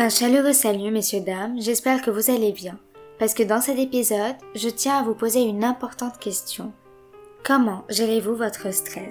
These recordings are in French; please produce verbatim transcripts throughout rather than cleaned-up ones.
Un chaleureux salut messieurs dames, j'espère que vous allez bien, parce que dans cet épisode, je tiens à vous poser une importante question. Comment gérez-vous votre stress ?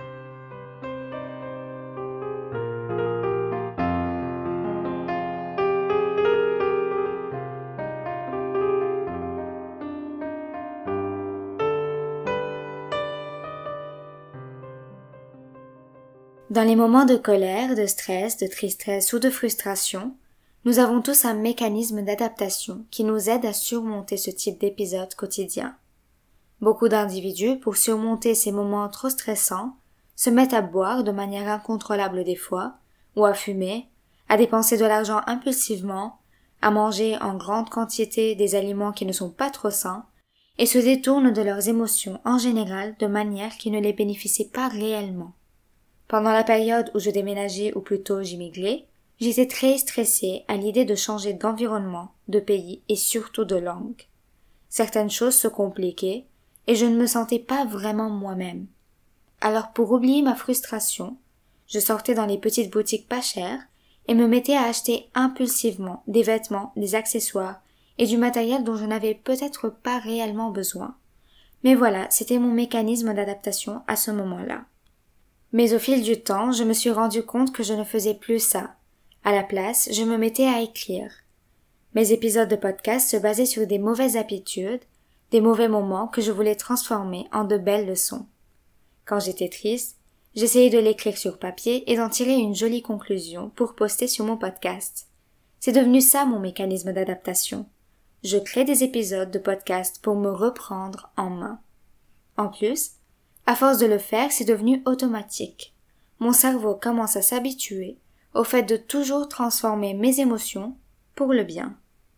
Dans les moments de colère, de stress, de tristesse ou de frustration, nous avons tous un mécanisme d'adaptation qui nous aide à surmonter ce type d'épisode quotidien. Beaucoup d'individus, pour surmonter ces moments trop stressants, se mettent à boire de manière incontrôlable des fois, ou à fumer, à dépenser de l'argent impulsivement, à manger en grande quantité des aliments qui ne sont pas trop sains, et se détournent de leurs émotions en général de manière qui ne les bénéficie pas réellement. Pendant la période où je déménageais ou plutôt j'immiglais, j'étais très stressée à l'idée de changer d'environnement, de pays et surtout de langue. Certaines choses se compliquaient et je ne me sentais pas vraiment moi-même. Alors pour oublier ma frustration, je sortais dans les petites boutiques pas chères et me mettais à acheter impulsivement des vêtements, des accessoires et du matériel dont je n'avais peut-être pas réellement besoin. Mais voilà, c'était mon mécanisme d'adaptation à ce moment-là. Mais au fil du temps, je me suis rendu compte que je ne faisais plus ça. À la place, je me mettais à écrire. Mes épisodes de podcast se basaient sur des mauvaises habitudes, des mauvais moments que je voulais transformer en de belles leçons. Quand j'étais triste, j'essayais de l'écrire sur papier et d'en tirer une jolie conclusion pour poster sur mon podcast. C'est devenu ça mon mécanisme d'adaptation. Je crée des épisodes de podcast pour me reprendre en main. En plus, à force de le faire, c'est devenu automatique. Mon cerveau commence à s'habituer au fait de toujours transformer mes émotions pour le bien.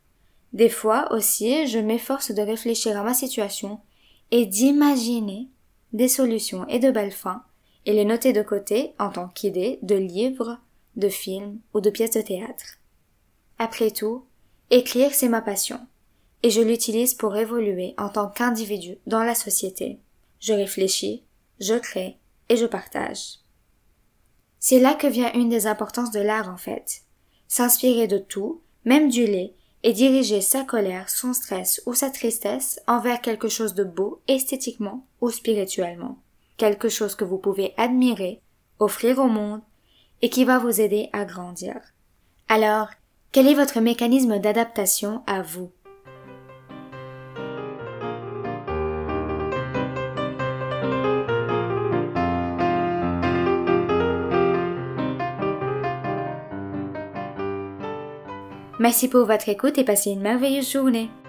Des fois aussi, je m'efforce de réfléchir à ma situation et d'imaginer des solutions et de belles fins et les noter de côté en tant qu'idées de livres, de films ou de pièces de théâtre. Après tout, écrire c'est ma passion et je l'utilise pour évoluer en tant qu'individu dans la société. Je réfléchis, je crée et je partage. C'est là que vient une des importances de l'art en fait. S'inspirer de tout, même du lait, et diriger sa colère, son stress ou sa tristesse envers quelque chose de beau esthétiquement ou spirituellement. Quelque chose que vous pouvez admirer, offrir au monde et qui va vous aider à grandir. Alors, quel est votre mécanisme d'adaptation à vous ? Merci pour votre écoute et passez une merveilleuse journée.